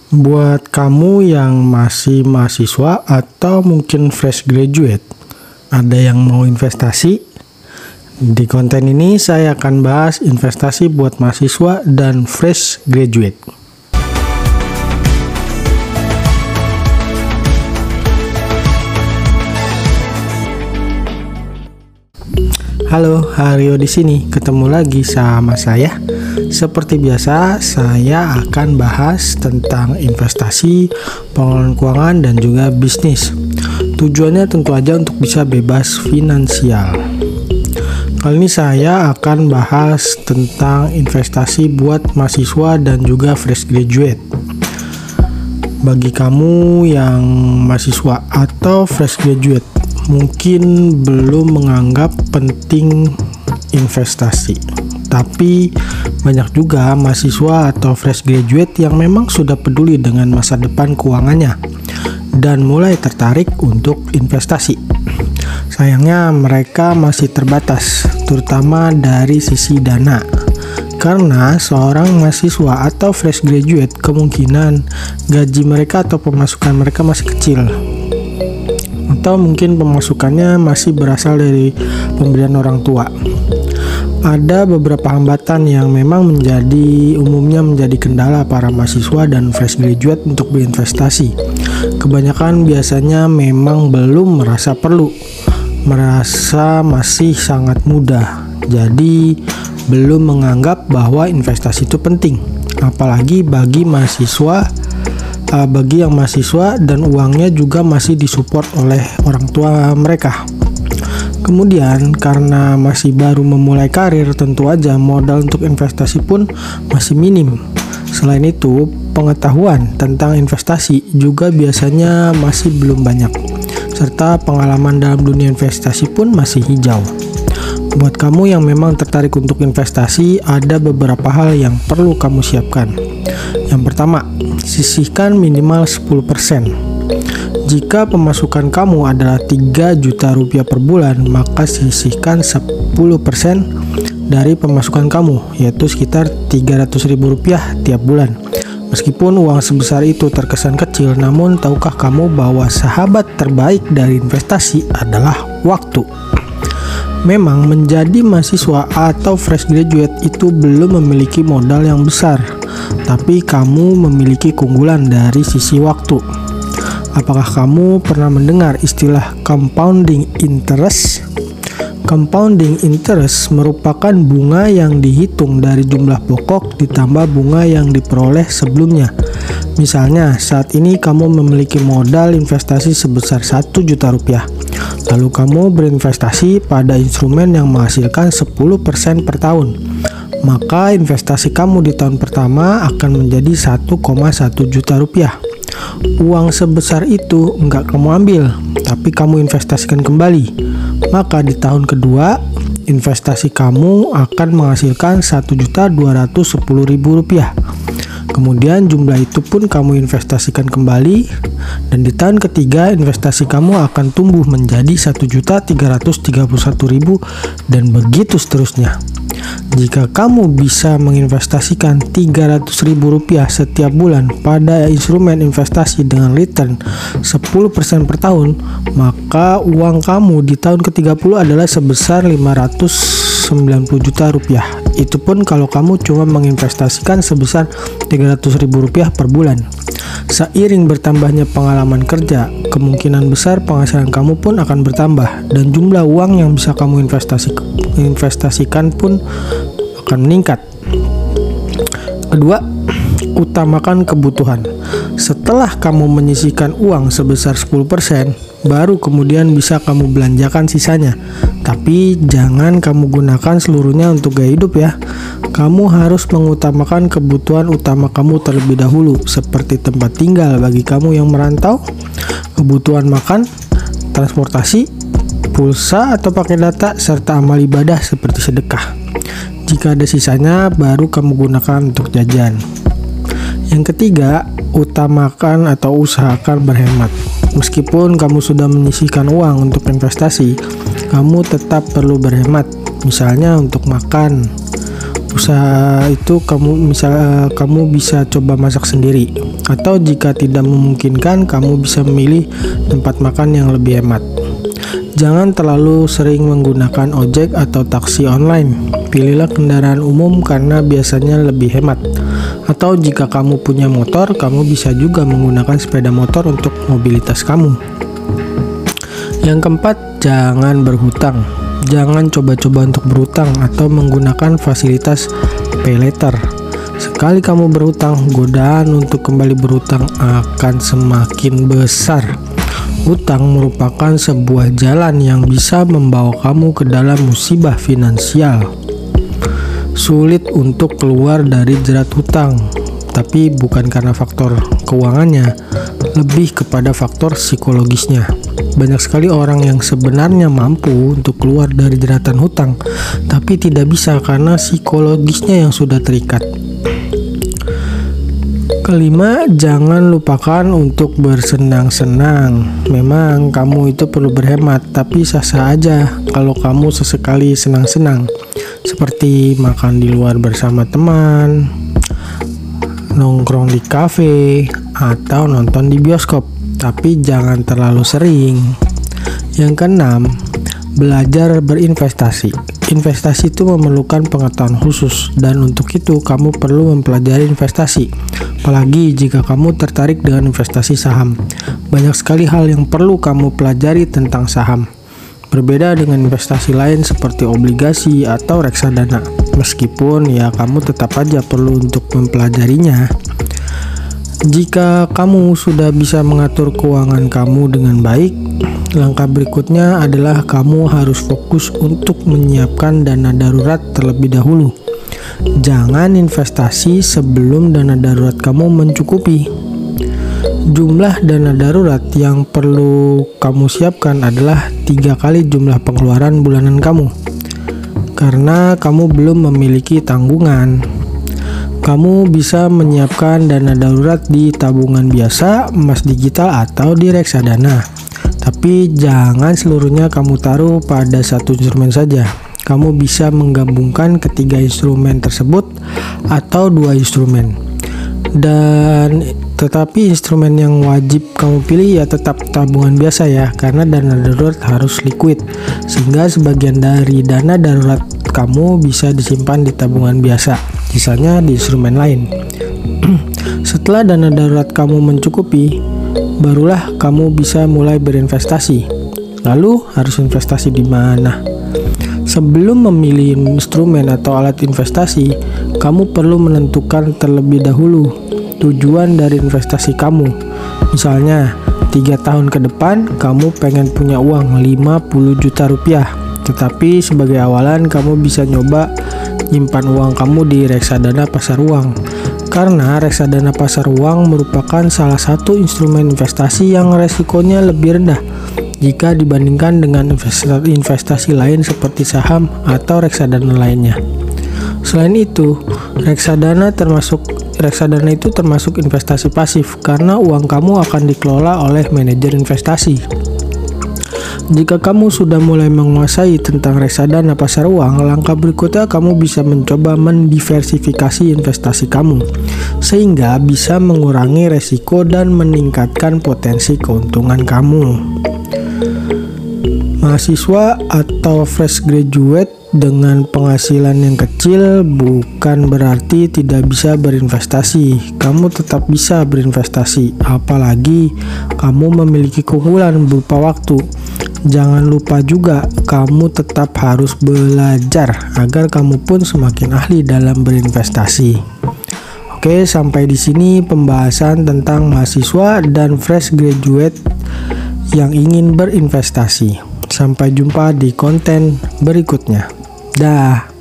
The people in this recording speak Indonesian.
Buat kamu yang masih mahasiswa atau mungkin fresh graduate, ada yang mau investasi? Di konten ini saya akan bahas investasi buat mahasiswa dan fresh graduate. Halo, Haryo di sini. Ketemu lagi sama saya. Seperti biasa, saya akan bahas tentang investasi, pengelolaan keuangan, dan juga bisnis. Tujuannya tentu aja untuk bisa bebas finansial. Kali ini saya akan bahas tentang investasi buat mahasiswa dan juga fresh graduate. Bagi kamu yang mahasiswa atau fresh graduate, mungkin belum menganggap penting investasi. Tapi banyak juga mahasiswa atau fresh graduate yang memang sudah peduli dengan masa depan keuangannya dan mulai tertarik untuk investasi. Sayangnya mereka masih terbatas, terutama dari sisi dana. Karena seorang mahasiswa atau fresh graduate kemungkinan gaji mereka atau pemasukan mereka masih kecil. Atau mungkin pemasukannya masih berasal dari pemberian orang tua. Ada beberapa hambatan yang memang umumnya menjadi kendala para mahasiswa dan fresh graduate untuk berinvestasi. Kebanyakan biasanya memang belum merasa perlu, merasa masih sangat mudah, jadi belum menganggap bahwa investasi itu penting. Apalagi bagi yang mahasiswa dan uangnya juga masih disupport oleh orang tua mereka. Kemudian karena masih baru memulai karir, tentu aja modal untuk investasi pun masih minim. Selain itu, pengetahuan tentang investasi juga biasanya masih belum banyak, serta pengalaman dalam dunia investasi pun masih hijau. Buat kamu yang memang tertarik untuk investasi, ada beberapa hal yang perlu kamu siapkan. Yang pertama, sisihkan minimal 10%. Jika pemasukan kamu adalah 3 juta rupiah per bulan, maka sisihkan 10% dari pemasukan kamu, yaitu sekitar 300 ribu rupiah tiap bulan. Meskipun uang sebesar itu terkesan kecil, namun tahukah kamu bahwa sahabat terbaik dari investasi adalah waktu? Memang menjadi mahasiswa atau fresh graduate itu belum memiliki modal yang besar, tapi kamu memiliki keunggulan dari sisi waktu. Apakah kamu pernah mendengar istilah compounding interest? Compounding interest merupakan bunga yang dihitung dari jumlah pokok ditambah bunga yang diperoleh sebelumnya. Misalnya, saat ini kamu memiliki modal investasi sebesar 1 juta rupiah. Lalu kamu berinvestasi pada instrumen yang menghasilkan 10% per tahun. Maka investasi kamu di tahun pertama akan menjadi 1,1 juta rupiah. Uang sebesar itu enggak kamu ambil, tapi kamu investasikan kembali. Maka di tahun kedua, investasi kamu akan menghasilkan 1.210.000 rupiah. Kemudian jumlah itu pun kamu investasikan kembali, dan di tahun ketiga investasi kamu akan tumbuh menjadi 1.331.000 dan begitu seterusnya. Jika kamu bisa menginvestasikan 300.000 rupiah setiap bulan pada instrumen investasi dengan return 10% per tahun, maka uang kamu di tahun ke-30 adalah sebesar 590 juta rupiah. Itu pun kalau kamu cuma menginvestasikan sebesar 300.000 rupiah per bulan. Seiring bertambahnya pengalaman kerja, kemungkinan besar penghasilan kamu pun akan bertambah dan jumlah uang yang bisa kamu investasikan pun akan meningkat. Kedua, utamakan kebutuhan. Setelah kamu menyisihkan uang sebesar 10%, baru kemudian bisa kamu belanjakan sisanya. Tapi jangan kamu gunakan seluruhnya untuk gaya hidup ya. Kamu harus mengutamakan kebutuhan utama kamu terlebih dahulu, seperti tempat tinggal bagi kamu yang merantau, kebutuhan makan, transportasi, pulsa atau pakai data, serta amal ibadah seperti sedekah. Jika ada sisanya, baru kamu gunakan untuk jajan. Yang ketiga, utamakan atau usahakan berhemat. Meskipun kamu sudah menyisihkan uang untuk investasi, kamu tetap perlu berhemat. Misalnya untuk makan. Usaha itu kamu bisa coba masak sendiri, atau jika tidak memungkinkan, kamu bisa memilih tempat makan yang lebih hemat. Jangan terlalu sering menggunakan ojek atau taksi online. Pilihlah kendaraan umum karena biasanya lebih hemat. Atau jika kamu punya motor, kamu bisa juga menggunakan sepeda motor untuk mobilitas kamu. Yang keempat, jangan berhutang. Jangan coba-coba untuk berhutang atau menggunakan fasilitas pay later. Sekali kamu berhutang, godaan untuk kembali berhutang akan semakin besar. Hutang merupakan sebuah jalan yang bisa membawa kamu ke dalam musibah finansial. Sulit untuk keluar dari jerat hutang, tapi bukan karena faktor keuangannya, lebih kepada faktor psikologisnya. Banyak sekali orang yang sebenarnya mampu untuk keluar dari jeratan hutang, tapi tidak bisa karena psikologisnya yang sudah terikat. Kelima, jangan lupakan untuk bersenang-senang. Memang kamu itu perlu berhemat, tapi sah-sah aja kalau kamu sesekali senang-senang, seperti makan di luar bersama teman, nongkrong di kafe, atau nonton di bioskop, tapi jangan terlalu sering. Yang keenam, belajar berinvestasi. Investasi itu memerlukan pengetahuan khusus, dan untuk itu kamu perlu mempelajari investasi. Apalagi jika kamu tertarik dengan investasi saham. Banyak sekali hal yang perlu kamu pelajari tentang saham. Berbeda dengan investasi lain seperti obligasi atau reksadana. Meskipun ya kamu tetap aja perlu untuk mempelajarinya. Jika kamu sudah bisa mengatur keuangan kamu dengan baik, langkah berikutnya adalah kamu harus fokus untuk menyiapkan dana darurat terlebih dahulu. Jangan investasi sebelum dana darurat kamu mencukupi. Jumlah dana darurat yang perlu kamu siapkan adalah 3 kali jumlah pengeluaran bulanan kamu. Karena kamu belum memiliki tanggungan, kamu bisa menyiapkan dana darurat di tabungan biasa, emas digital, atau di reksadana. Tapi jangan seluruhnya kamu taruh pada satu instrumen saja. Kamu bisa menggabungkan ketiga instrumen tersebut atau 2 instrumen. Tetapi instrumen yang wajib kamu pilih ya tetap tabungan biasa ya, karena dana darurat harus liquid, sehingga sebagian dari dana darurat kamu bisa disimpan di tabungan biasa, sisanya di instrumen lain. Setelah dana darurat kamu mencukupi, barulah kamu bisa mulai berinvestasi. Lalu harus investasi di mana? Sebelum memilih instrumen atau alat investasi, kamu perlu menentukan terlebih dahulu tujuan dari investasi kamu. Misalnya, 3 tahun ke depan kamu pengen punya uang 50 juta rupiah. Tetapi sebagai awalan kamu bisa nyoba nyimpan uang kamu di reksadana pasar uang. Karena reksadana pasar uang merupakan salah satu instrumen investasi yang resikonya lebih rendah jika dibandingkan dengan investasi lain seperti saham atau reksadana lainnya. Selain itu, reksadana itu termasuk investasi pasif karena uang kamu akan dikelola oleh manajer investasi. Jika kamu sudah mulai menguasai tentang reksadana pasar uang, langkah berikutnya kamu bisa mencoba mendiversifikasi investasi kamu, sehingga bisa mengurangi resiko dan meningkatkan potensi keuntungan kamu. Mahasiswa atau fresh graduate dengan penghasilan yang kecil bukan berarti tidak bisa berinvestasi. Kamu tetap bisa berinvestasi, apalagi kamu memiliki keunggulan berupa waktu. Jangan lupa juga, kamu tetap harus belajar agar kamu pun semakin ahli dalam berinvestasi. Oke, sampai di sini pembahasan tentang mahasiswa dan fresh graduate yang ingin berinvestasi. Sampai jumpa di konten berikutnya. Dah.